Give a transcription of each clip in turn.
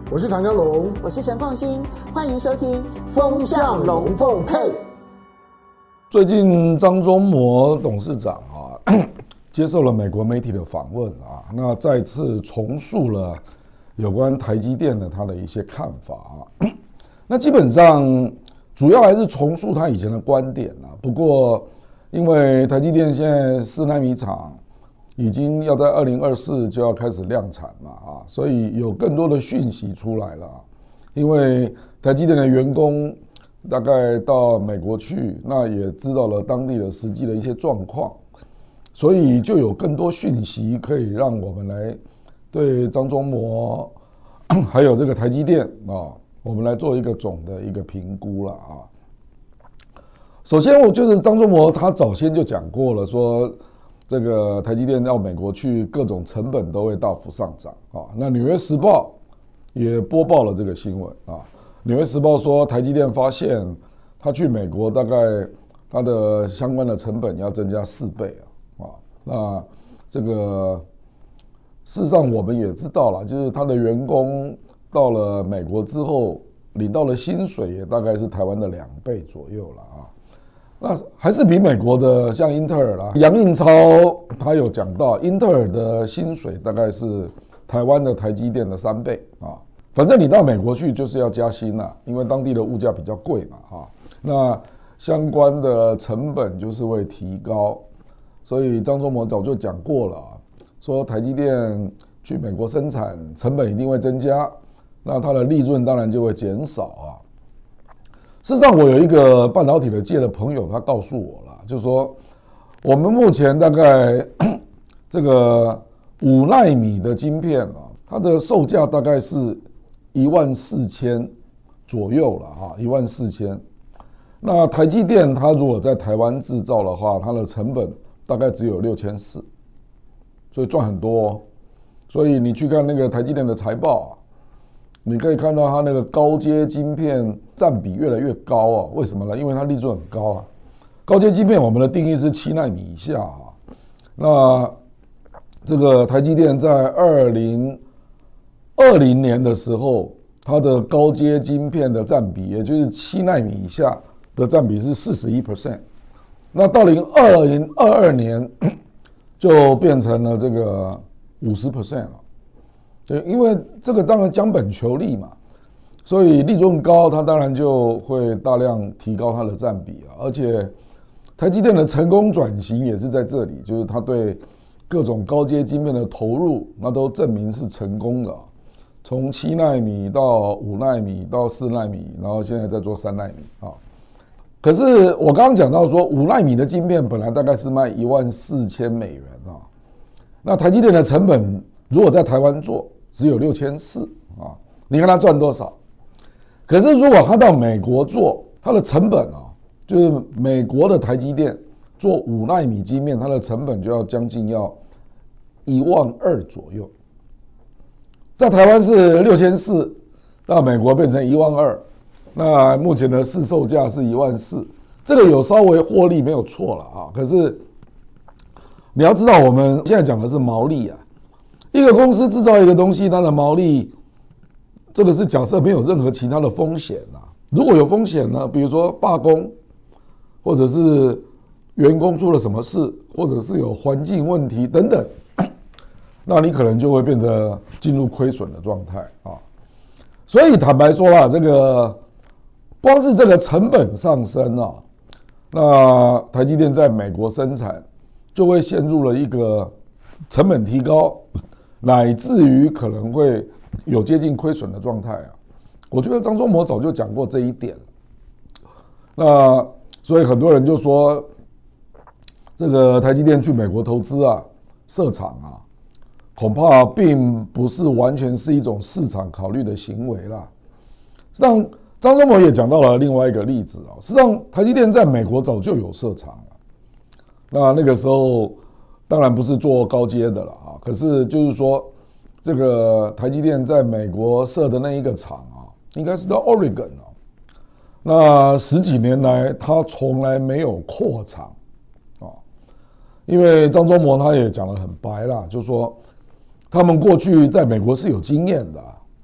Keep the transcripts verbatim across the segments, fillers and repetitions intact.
我是唐湘龙， 我是陈凤馨，欢迎收听《 风向龙凤配》。 最近张忠谋董事长啊，接受了美国媒体的访问啊，那再次重述了有关台积电的他的一些看法啊。那基本上主要还是重述他以前的观点啊。不过因为台积电现在四奈米厂已经要在二零二四就要开始量产嘛啊，所以有更多的讯息出来了。因为台积电的员工大概到美国去，那也知道了当地的实际的一些状况，所以就有更多讯息可以让我们来对张忠谋还有这个台积电啊，我们来做一个总的一个评估了啊。首先，我就是张忠谋他早先就讲过了，说这个台积电到美国去，各种成本都会大幅上涨啊。那《纽约时报》也播报了这个新闻啊。《纽约时报》说，台积电发现他去美国大概他的相关的成本要增加四倍啊。啊，那这个事实上我们也知道了，就是他的员工到了美国之后，领到的薪水也大概是台湾的两倍左右了啊。那还是比美国的像英特尔啦，杨应超他有讲到，英特尔的薪水大概是台湾的台积电的三倍啊。反正你到美国去就是要加薪啦，因为当地的物价比较贵嘛啊。那相关的成本就是会提高，所以张忠谋早就讲过了，说台积电去美国生产成本一定会增加，那它的利润当然就会减少啊。事实上，我有一个半导体的界的朋友，他告诉我了，就是说我们目前大概这个五奈米的晶片啊，它的售价大概是一万四千左右了啊，一万四千。那台积电它如果在台湾制造的话，它的成本大概只有六千四，所以赚很多哦。所以你去看那个台积电的财报啊，你可以看到它那个高阶晶片占比越来越高啊，为什么呢？因为它利润很高啊。高阶晶片我们的定义是七奈米以下啊。那这个台积电在二零二零年的时候，它的高阶晶片的占比，也就是七奈米以下的占比是 百分之四十一。那到零二零二二年就变成了这个 百分之五十 了。对，因为这个当然将本求利嘛，所以利润高，它当然就会大量提高它的占比啊。而且台积电的成功转型也是在这里，就是它对各种高阶晶片的投入，那都证明是成功的。从七奈米到五奈米到四奈米，然后现在在做三奈米啊。可是我刚刚讲到说，五奈米的晶片本来大概是卖一万四千美元啊，那台积电的成本如果在台湾做，只有六千四啊，你看他赚多少？可是如果他到美国做，他的成本啊，就是美国的台积电做五奈米晶片，它的成本就要将近要一万二左右。在台湾是六千四，到美国变成一万二，那目前的市售价是一万四，这个有稍微获利没有错了啊。可是你要知道，我们现在讲的是毛利啊。一个公司制造一个东西，它的毛利，这个是假设没有任何其他的风险啊。如果有风险呢，比如说罢工，或者是员工出了什么事，或者是有环境问题等等，那你可能就会变得进入亏损的状态啊。所以坦白说啦，这个光是这个成本上升啊，那台积电在美国生产就会陷入了一个成本提高，乃至于可能会有接近亏损的状态啊。我觉得张忠谋早就讲过这一点，那所以很多人就说，这个台积电去美国投资啊、设厂啊，恐怕并不是完全是一种市场考虑的行为啦。实际上，张忠谋也讲到了另外一个例子啊，实际上台积电在美国早就有设厂了，那那个时候当然不是做高阶的了啊，可是就是说，这个台积电在美国设的那一个厂啊，应该是在 Oregon 啊，那十几年来他从来没有扩厂啊，因为张忠谋他也讲得很白啦，就是说他们过去在美国是有经验的，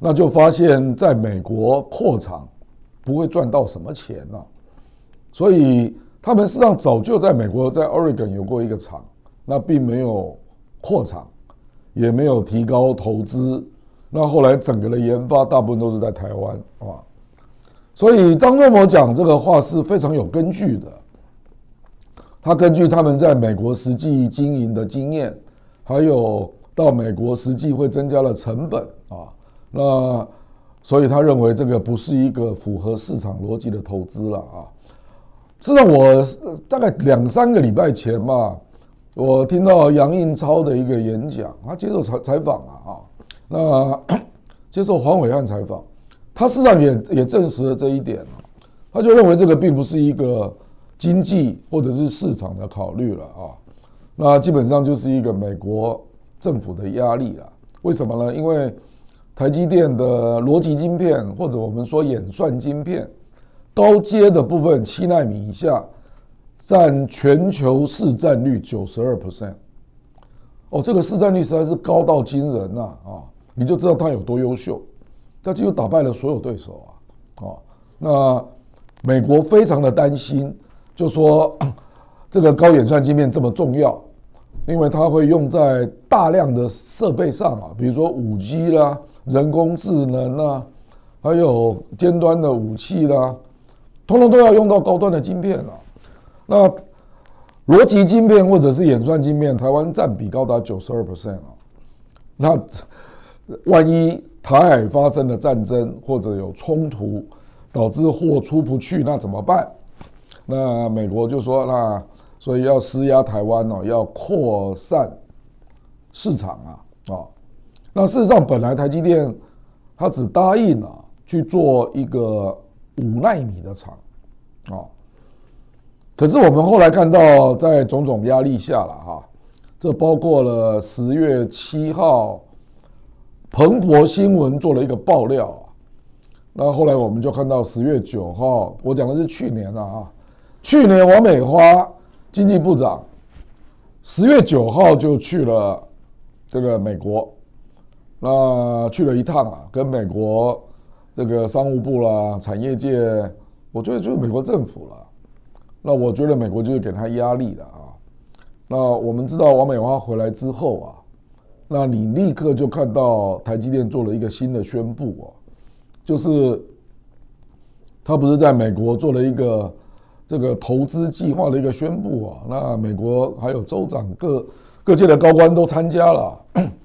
那就发现在美国扩厂不会赚到什么钱啊，所以他们实际上早就在美国在 Oregon 有过一个厂，那并没有扩厂，也没有提高投资，那后来整个的研发大部分都是在台湾啊，所以张忠谋讲这个话是非常有根据的，他根据他们在美国实际经营的经验，还有到美国实际会增加了成本啊，那所以他认为这个不是一个符合市场逻辑的投资了啊。事实上，我大概两三个礼拜前嘛，我听到杨应超的一个演讲，他接受采采访啊啊，那接受黄伟汉采访，他事实上也也证实了这一点，他就认为这个并不是一个经济或者是市场的考虑了啊，那基本上就是一个美国政府的压力了。为什么呢？因为台积电的逻辑晶片或者我们说演算晶片高阶的部分七奈米以下占全球市占率 百分之九十二。 哦，这个市占率实在是高到惊人啊，啊你就知道它有多优秀，它几乎打败了所有对手啊，啊那美国非常的担心，就说这个高演算晶片这么重要，因为它会用在大量的设备上啊，比如说 五 G 啦、人工智能啦，还有尖端的武器啦，通通都要用到高端的晶片啊。那逻辑晶片或者是演算晶片，台湾占比高达 百分之九十二 啊。那万一台海发生了战争或者有冲突，导致货出不去，那怎么办？那美国就说，那所以要施压台湾哦，要扩散市场啊啊。那事实上，本来台积电它只答应啊去做一个五奈米的厂啊，可是我们后来看到，在种种压力下了哈，这包括了十月七号，彭博新闻做了一个爆料，那后来我们就看到十月九号，我讲的是去年了啊，去年王美花经济部长十月九号就去了这个美国。那去了一趟啊，跟美国这个商务部啦、产业界，我觉得就是美国政府了。那我觉得美国就是给他压力的啊。那我们知道王美花回来之后啊，那你立刻就看到台积电做了一个新的宣布啊，就是他不是在美国做了一个这个投资计划的一个宣布啊。那美国还有州长各各界的高官都参加了。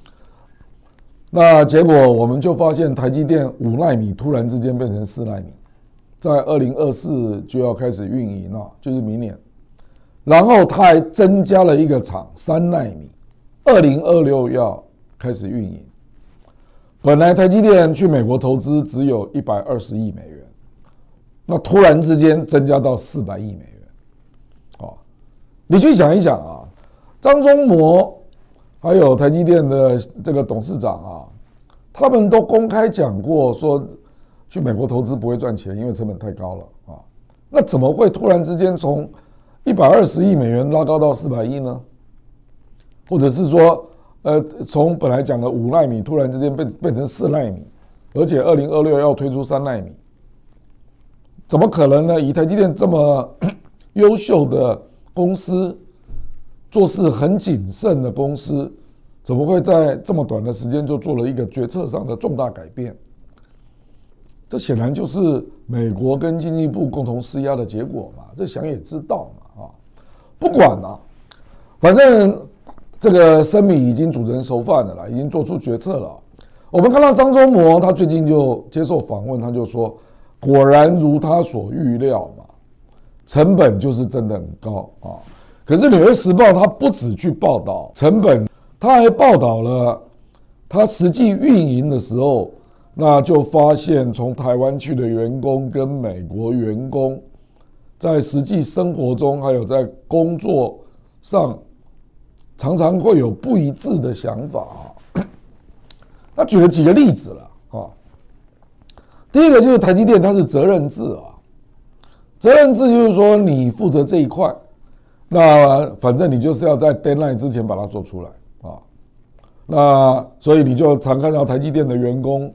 那结果我们就发现台积电五奈米突然之间变成四奈米，在二零二四就要开始运营了，就是明年。然后它还增加了一个厂三奈米，二零二六要开始运营。本来台积电去美国投资只有一百二十亿美元，那突然之间增加到四百亿美元。哦，你去想一想啊，张忠谋还有台积电的这个董事长啊，他们都公开讲过说，去美国投资不会赚钱，因为成本太高了啊。那怎么会突然之间从一百二十亿美元拉高到四百亿呢？或者是说，呃，从本来讲的五奈米突然之间变变成四奈米，而且二零二六要推出三奈米，怎么可能呢？以台积电这么优秀的公司，做事很谨慎的公司，怎么会在这么短的时间就做了一个决策上的重大改变？这显然就是美国跟经济部共同施压的结果嘛，这想也知道嘛啊。不管了、啊，反正这个生米已经煮成熟饭了啦，已经做出决策了。我们看到张忠谋他最近就接受访问，他就说，果然如他所预料嘛，成本就是真的很高啊。可是《纽约时报》它不只去报道成本，它还报道了它实际运营的时候，那就发现从台湾去的员工跟美国员工在实际生活中还有在工作上常常会有不一致的想法。他举了几个例子了啊。第一个就是台积电它是责任制啊，责任制就是说你负责这一块。那反正你就是要在 deadline 之前把它做出来啊，那所以你就常看到台积电的员工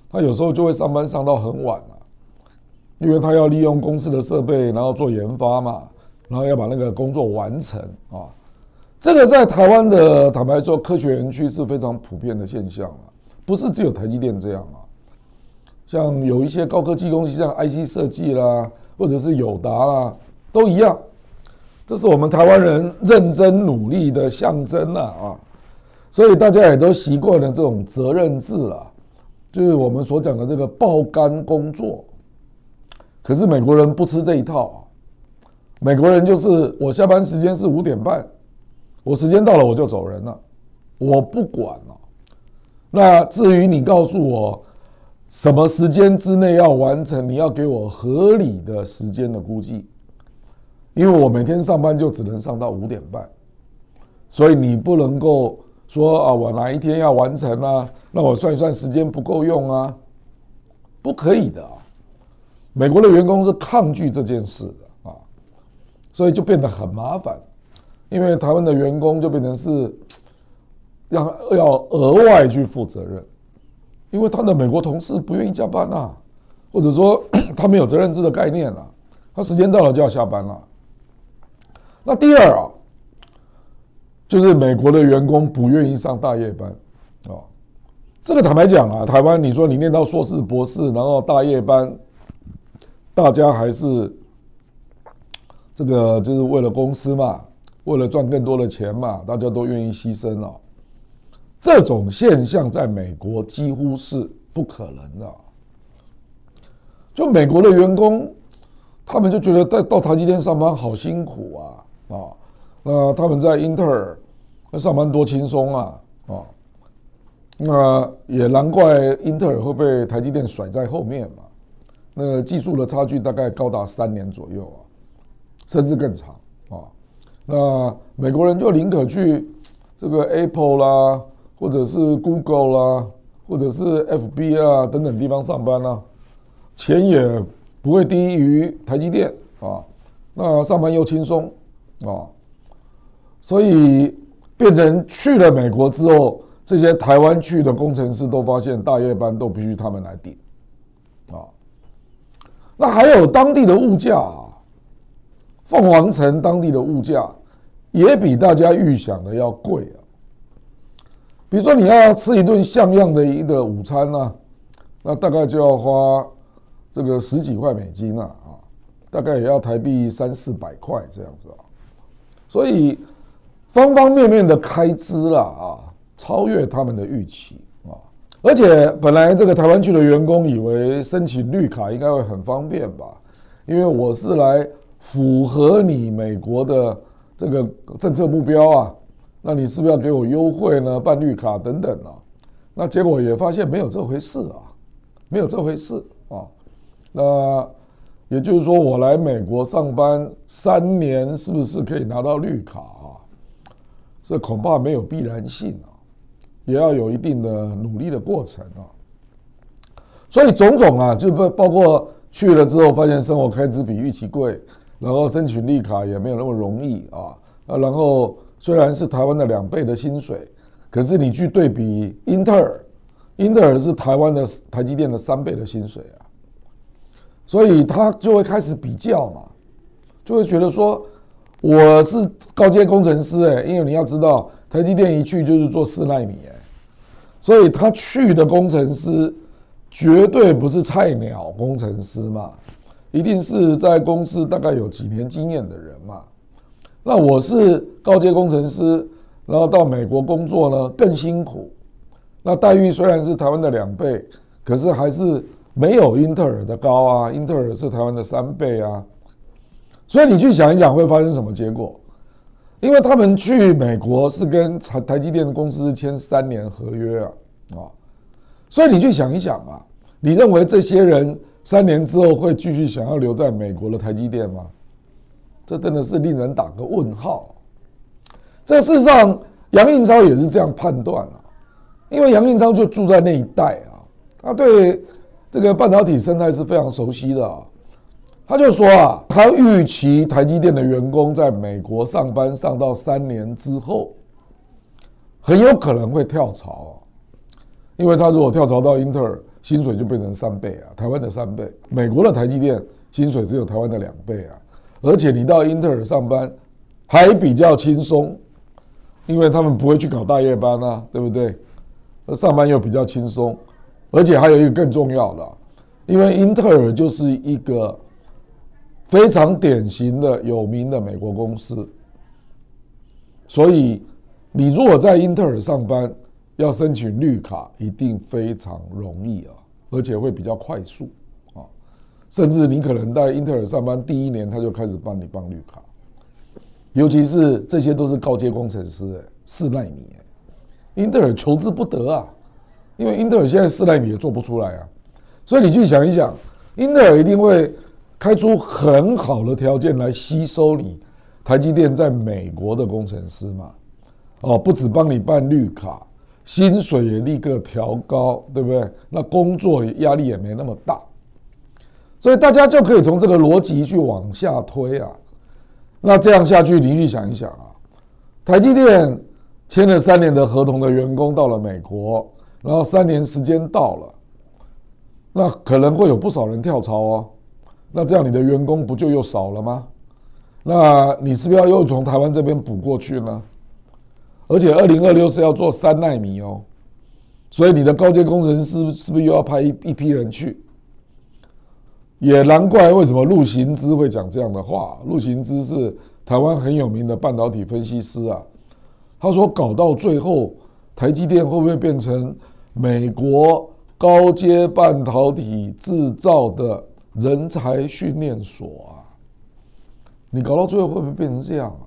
他有时候就会上班上到很晚啊，因为他要利用公司的设备，然后做研发嘛，然后要把那个工作完成啊。这个在台湾的坦白说，科学园区是非常普遍的现象啊，不是只有台积电这样啊。像有一些高科技公司，像 I C 设计啦，或者是友达啦，都一样。这是我们台湾人认真努力的象征啊啊！所以大家也都习惯了这种责任制啊。就是我们所讲的这个爆肝工作，可是美国人不吃这一套啊。美国人就是我下班时间是五点半，我时间到了我就走人了，我不管了。那至于你告诉我什么时间之内要完成，你要给我合理的时间的估计，因为我每天上班就只能上到五点半，所以你不能够说啊，我哪一天要完成啊？那我算一算时间不够用啊，不可以的啊。美国的员工是抗拒这件事的啊，所以就变得很麻烦。因为台湾的员工就变成是要要额外去负责任，因为他的美国同事不愿意加班啊，或者说他没有责任制的概念啊，他时间到了就要下班了。那第二啊。就是美国的员工不愿意上大夜班，哦，这个坦白讲啊，台湾你说你念到硕士、博士，然后大夜班，大家还是这个就是为了公司嘛，为了赚更多的钱嘛，大家都愿意牺牲啊。这种现象在美国几乎是不可能的。就美国的员工，他们就觉得在到台积电上班好辛苦啊，啊。那他们在英特尔上班多轻松啊！啊，那也难怪英特尔会被台积电甩在后面嘛。那技术的差距大概高达三年左右啊，甚至更长啊。那美国人就宁可去这个 Apple 啦，或者是 Google 啦，或者是 F B 啊等等地方上班啊，钱也不会低于台积电啊。那上班又轻松啊。所以变成去了美国之后，这些台湾去的工程师都发现大夜班都必须他们来顶啊。那还有当地的物价啊，凤凰城当地的物价也比大家预想的要贵啊。比如说你要吃一顿像样的一个午餐呢、啊，那大概就要花这个十几块美金啊，啊，大概也要台币三四百块这样子啊。所以方方面面的开支啦啊，超越他们的预期啊！而且本来这个台湾去的员工以为申请绿卡应该会很方便吧，因为我是来符合你美国的这个政策目标啊，那你是不是要给我优惠呢？办绿卡等等啊？那结果也发现没有这回事啊，没有这回事啊！那也就是说，我来美国上班三年，是不是可以拿到绿卡啊？这恐怕没有必然性啊，也要有一定的努力的过程啊。所以种种啊，就包括去了之后发现生活开支比预期贵，然后申请绿卡也没有那么容易啊。然后虽然是台湾的两倍的薪水，可是你去对比英特尔，英特尔是台湾的台积电的三倍的薪水啊。所以他就会开始比较嘛，就会觉得说我是高阶工程师哎，因为你要知道台积电一去就是做四奈米哎，所以他去的工程师绝对不是菜鸟工程师嘛，一定是在公司大概有几年经验的人嘛。那我是高阶工程师，然后到美国工作呢更辛苦，那待遇虽然是台湾的两倍，可是还是没有英特尔的高啊，英特尔是台湾的三倍啊。所以你去想一想会发生什么结果？因为他们去美国是跟台积电公司签三年合约啊，啊，所以你去想一想啊，你认为这些人三年之后会继续想要留在美国的台积电吗？这真的是令人打个问号。这事实上，杨应超也是这样判断啊，因为杨应超就住在那一带啊，他对这个半导体生态是非常熟悉的啊。他就说啊，他预期台积电的员工在美国上班上到三年之后，很有可能会跳槽啊，因为他如果跳槽到英特尔， 薪水就变成三倍啊，台湾的三倍。美国的台积电薪水只有台湾的两倍啊，而且你到英特尔上班还比较轻松，因为他们不会去搞大夜班啊，对不对？上班又比较轻松，而且还有一个更重要的，因为英特尔就是一个非常典型的有名的美国公司，所以你如果在英特尔上班，要申请绿卡一定非常容易啊，而且会比较快速啊，甚至你可能在英特尔上班第一年，他就开始帮你办绿卡，尤其是这些都是高阶工程师、欸，四奈米、欸，英特尔求之不得啊，因为英特尔现在四奈米也做不出来啊，所以你去想一想，英特尔一定会开出很好的条件来吸收你台积电在美国的工程师嘛，哦，不止帮你办绿卡，薪水也立刻调高，对不对？那工作压力也没那么大，所以大家就可以从这个逻辑去往下推啊。那这样下去，你去想一想啊，台积电签了三年的合同的员工到了美国，然后三年时间到了，那可能会有不少人跳槽哦。那这样你的员工不就又少了吗？那你是不是要又从台湾这边补过去呢？而且二零二六是要做三奈米哦，所以你的高阶工程师是不是又要派一一批人去？也难怪为什么陆行之会讲这样的话。陆行之是台湾很有名的半导体分析师啊，他说搞到最后，台积电会不会变成美国高阶半导体制造的人才训练所啊？你搞到最后会不会变成这样啊？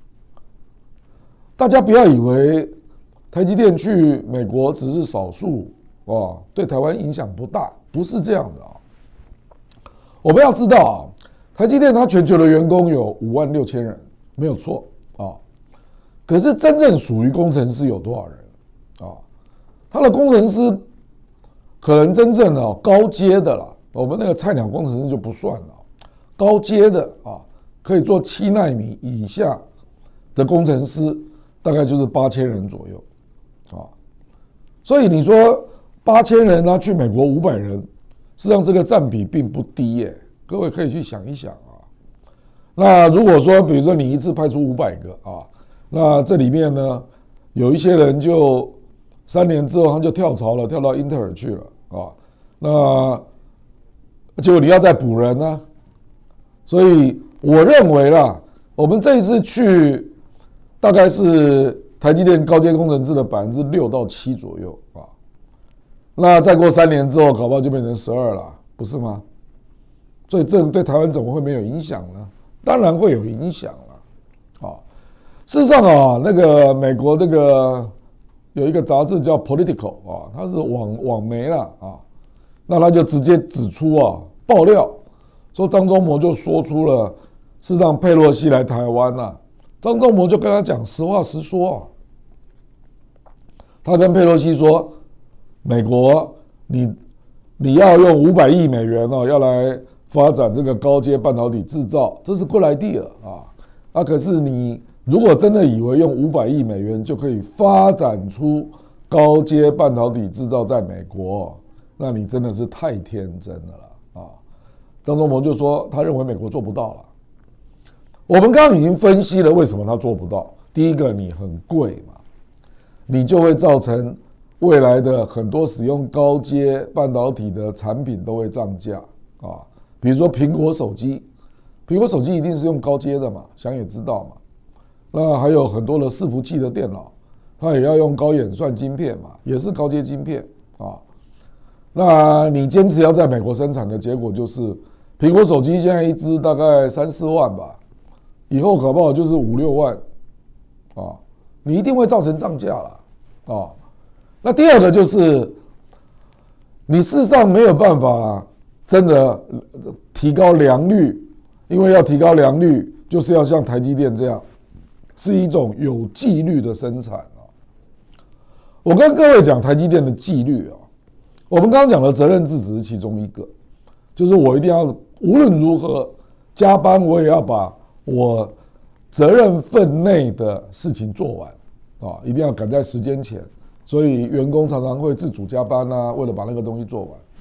大家不要以为台积电去美国只是少数啊，对台湾影响不大，不是这样的啊。我们要知道啊，台积电它全球的员工有五万六千人，没有错啊。可是真正属于工程师有多少人啊？他的工程师可能真正的高阶的啦，我们那个菜鸟工程师就不算了，高阶的啊，可以做七奈米以下的工程师。大概就是八千人左右，啊，所以你说八千人呢、啊、去美国五百人，实际上这个占比并不低耶，各位可以去想一想啊。那如果说比如说你一次派出五百个啊，那这里面呢有一些人就三年之后他就跳槽了，跳到英特尔去了啊，那结果你要再补人呢、啊，所以我认为啦，我们这一次去。大概是台积电高阶工程师的百分之六到七左右啊，那再过三年之后，搞不好就变成十二了，不是吗？所以这对台湾怎么会没有影响呢？当然会有影响了啊。事实上啊，那个美国那个有一个杂志叫 Political 啊，它是网网媒了啊，那他就直接指出啊，爆料说张忠谋就说出了，事实上佩洛西来台湾啊。张忠谋就跟他讲实话实说啊，他跟佩洛西说，美国你你要用五百亿美元哦，要来发展这个高阶半导体制造，这是 good idea 啊啊！可是你如果真的以为用五百亿美元就可以发展出高阶半导体制造在美国，那你真的是太天真了啦啊！张忠谋就说，他认为美国做不到了。我们刚刚已经分析了为什么他做不到。第一个，你很贵嘛，你就会造成未来的很多使用高阶半导体的产品都会涨价啊。比如说苹果手机，苹果手机一定是用高阶的嘛，想也知道嘛。那还有很多的伺服器的电脑，它也要用高演算晶片嘛，也是高阶晶片啊。那你坚持要在美国生产的结果就是，苹果手机现在一支大概三四万吧。以后搞不好就是五六万，啊，你一定会造成涨价了，啊。那第二个就是，你事实上没有办法真的提高良率，因为要提高良率，就是要像台积电这样，是一种有纪律的生产啊。我跟各位讲台积电的纪律啊，我们刚刚讲的责任制只是其中一个，就是我一定要无论如何加班，我也要把我责任分内的事情做完啊，一定要赶在时间前，所以员工常常会自主加班啊，为了把那个东西做完。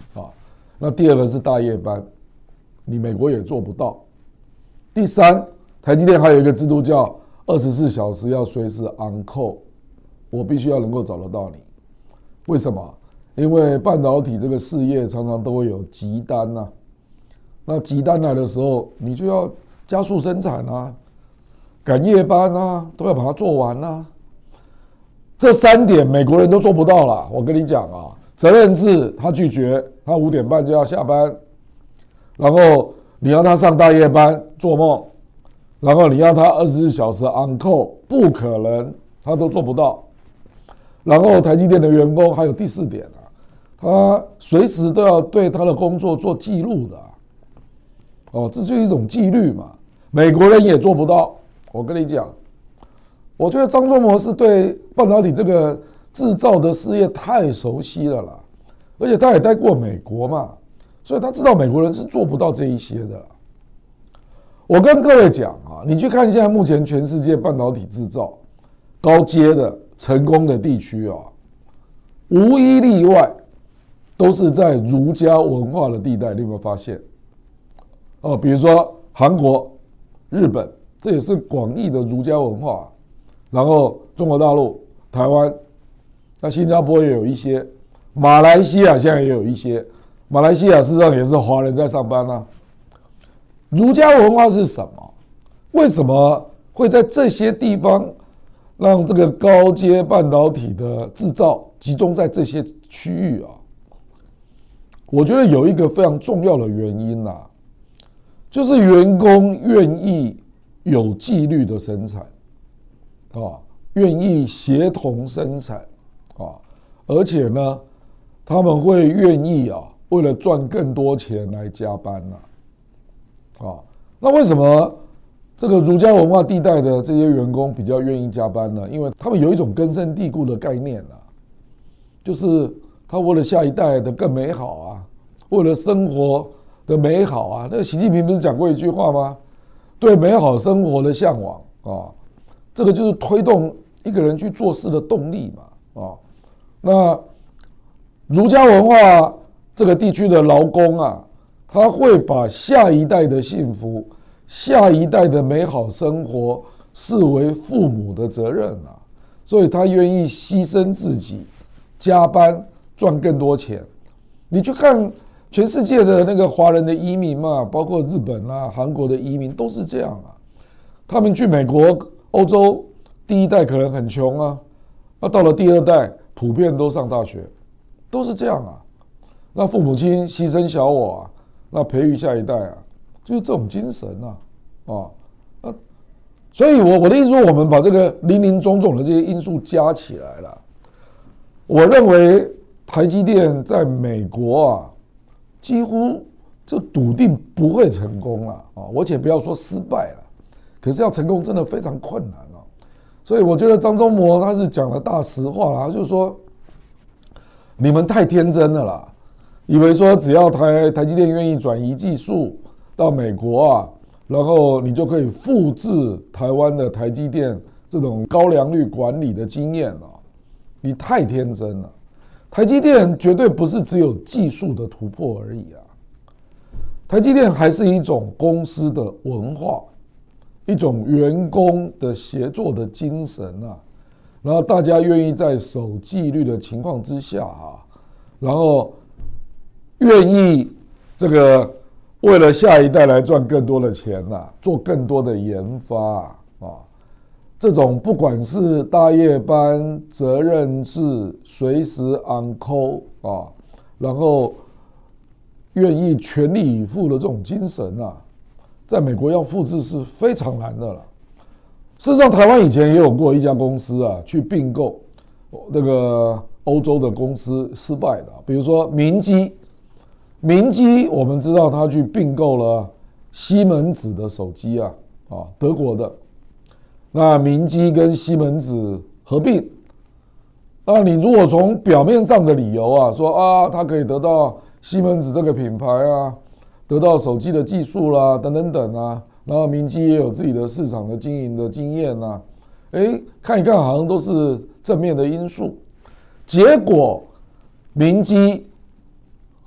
啊。那第二个是大夜班，你美国也做不到。第三，台积电还有一个制度叫二十四小时要随时 on call， 我必须要能够找得到你。为什么？因为半导体这个事业常常都会有急单呐、啊，那急单来的时候，你就要加速生产啊，赶夜班啊，都要把它做完啊。这三点美国人都做不到了。我跟你讲啊，责任制他拒绝，他五点半就要下班，然后你要他上大夜班做梦，然后你要他二十四小时 on call， 不可能，他都做不到。然后台积电的员工还有第四点啊，他随时都要对他的工作做记录的、啊，哦，这就是一种纪律嘛。美国人也做不到。我跟你讲，我觉得张忠谋是对半导体这个制造的事业太熟悉了啦，而且他也待过美国嘛，所以他知道美国人是做不到这一些的。我跟各位讲啊，你去看现在目前全世界半导体制造高阶的成功的地区啊，无一例外都是在儒家文化的地带。你有没有发现？哦，比如说韩国、日本。这也是广义的儒家文化，然后中国大陆、台湾，那新加坡也有一些，马来西亚现在也有一些，马来西亚事实上也是华人在上班啊。儒家文化是什么？为什么会在这些地方让这个高阶半导体的制造集中在这些区域啊？我觉得有一个非常重要的原因啊，就是员工愿意有纪律的生产，啊，愿意协同生产，啊，而且呢，他们会愿意啊，为了赚更多钱来加班呐、啊，啊，那为什么这个儒家文化地带的这些员工比较愿意加班呢？因为他们有一种根深蒂固的概念啊，就是他为了下一代的更美好啊，为了生活的美好啊，那个习近平不是讲过一句话吗？对美好生活的向往啊，这个就是推动一个人去做事的动力嘛啊。那儒家文化这个地区的劳工啊，他会把下一代的幸福、下一代的美好生活视为父母的责任啊，所以他愿意牺牲自己，加班赚更多钱。你去看全世界的那个华人的移民嘛，包括日本啊、韩国的移民都是这样啊。他们去美国、欧洲，第一代可能很穷啊，那到了第二代，普遍都上大学，都是这样啊。那父母亲牺牲小我啊，那培育下一代啊，就是这种精神啊，啊，那所以我我的意思说，我们把这个林林总总的这些因素加起来了，我认为台积电在美国啊，几乎就笃定不会成功了啊！而且不要说失败了，可是要成功真的非常困难啊！所以我觉得张忠谋他是讲了大实话啦，就是说你们太天真了啦，以为说只要台台积电愿意转移技术到美国啊，然后你就可以复制台湾的台积电这种高良率管理的经验啊！你太天真了。台积电绝对不是只有技术的突破而已啊，台积电还是一种公司的文化，一种员工的协作的精神啊，然后大家愿意在守纪律的情况之下啊，然后愿意这个为了下一代来赚更多的钱啊，做更多的研发啊。这种不管是大夜班、责任制、随时 on call 啊，然后愿意全力以赴的这种精神啊，在美国要复制是非常难的了。事实上，台湾以前也有过一家公司啊，去并购那个欧洲的公司失败的，比如说明基，明基我们知道他去并购了西门子的手机啊，啊，德国的。那明基跟西门子合并，那你如果从表面上的理由啊，说啊，它可以得到西门子这个品牌啊，得到手机的技术啦，等等等啊，然后明基也有自己的市场的经营的经验啊，哎，看一看好像都是正面的因素，结果明基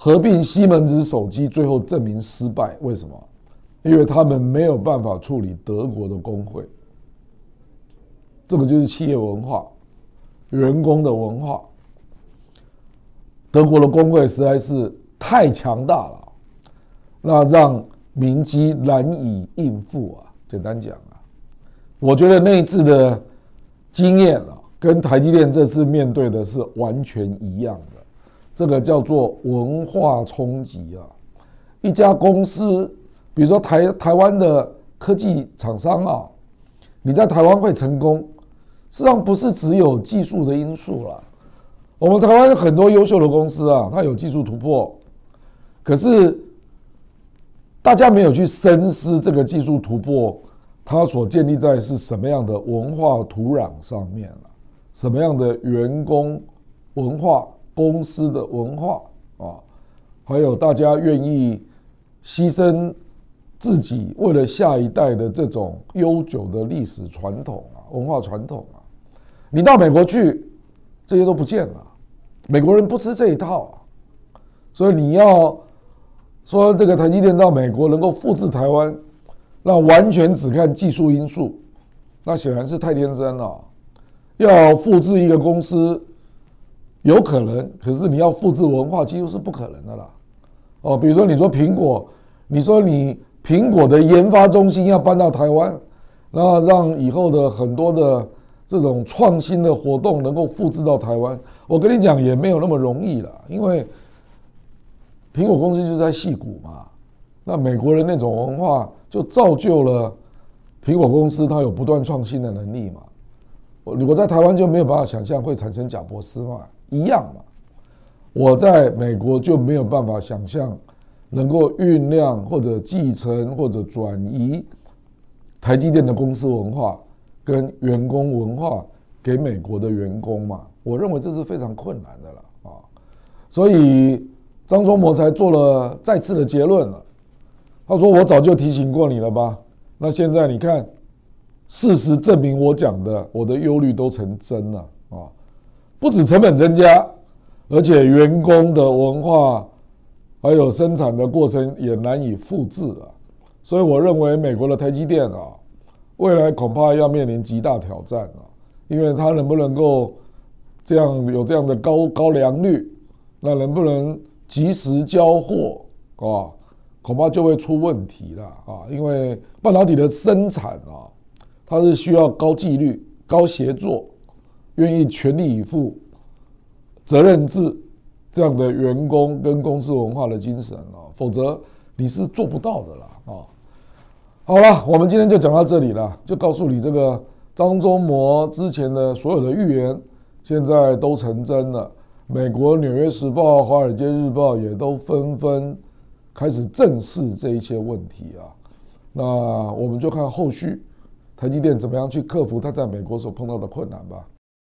合并西门子手机最后证明失败，为什么？因为他们没有办法处理德国的工会，这个就是企业文化、员工的文化。德国的工会实在是太强大了，那让民机难以应付啊。简单讲啊，我觉得那一次的经验啊，跟台积电这次面对的是完全一样的。这个叫做文化冲击啊！一家公司，比如说台台湾的科技厂商啊，你在台湾会成功，实际上不是只有技术的因素啦。我们台湾有很多优秀的公司啊，它有技术突破，可是大家没有去深思这个技术突破，它所建立在是什么样的文化土壤上面啊，什么样的员工文化。公司的文化啊，还有大家愿意牺牲自己为了下一代的这种悠久的历史传统啊、文化传统啊，你到美国去，这些都不见了。美国人不吃这一套啊，所以你要说这个台积电到美国能够复制台湾，那完全只看技术因素，那显然是太天真了。要复制一个公司。有可能，可是你要复制文化几乎是不可能的啦。哦，比如说你说苹果，你说你苹果的研发中心要搬到台湾，那让以后的很多的这种创新的活动能够复制到台湾，我跟你讲也没有那么容易了，因为苹果公司就在矽谷嘛，那美国人那种文化就造就了苹果公司它有不断创新的能力嘛。我在台湾就没有办法想象会产生贾伯斯嘛。一样嘛，我在美国就没有办法想象能够酝酿或者继承或者转移台积电的公司文化跟员工文化给美国的员工嘛，我认为这是非常困难的了啊。所以张忠谋才做了再次的结论了，他说我早就提醒过你了吧，那现在你看事实证明我讲的我的忧虑都成真了啊。不止成本增加，而且员工的文化还有生产的过程也难以复制啊，所以我认为美国的台积电啊，未来恐怕要面临极大挑战啊，因为它能不能够这样有这样的高高良率，那能不能及时交货啊，恐怕就会出问题了啊，因为半导体的生产啊，它是需要高纪律、高协作。愿意全力以赴、责任制这样的员工跟公司文化的精神啊，否则你是做不到的啦啊。好了，我们今天就讲到这里了，就告诉你这个张忠谋之前的所有的预言，现在都成真了。美国《纽约时报》、《华尔街日报》也都纷纷开始正视这一些问题啊。那我们就看后续台积电怎么样去克服它在美国所碰到的困难吧。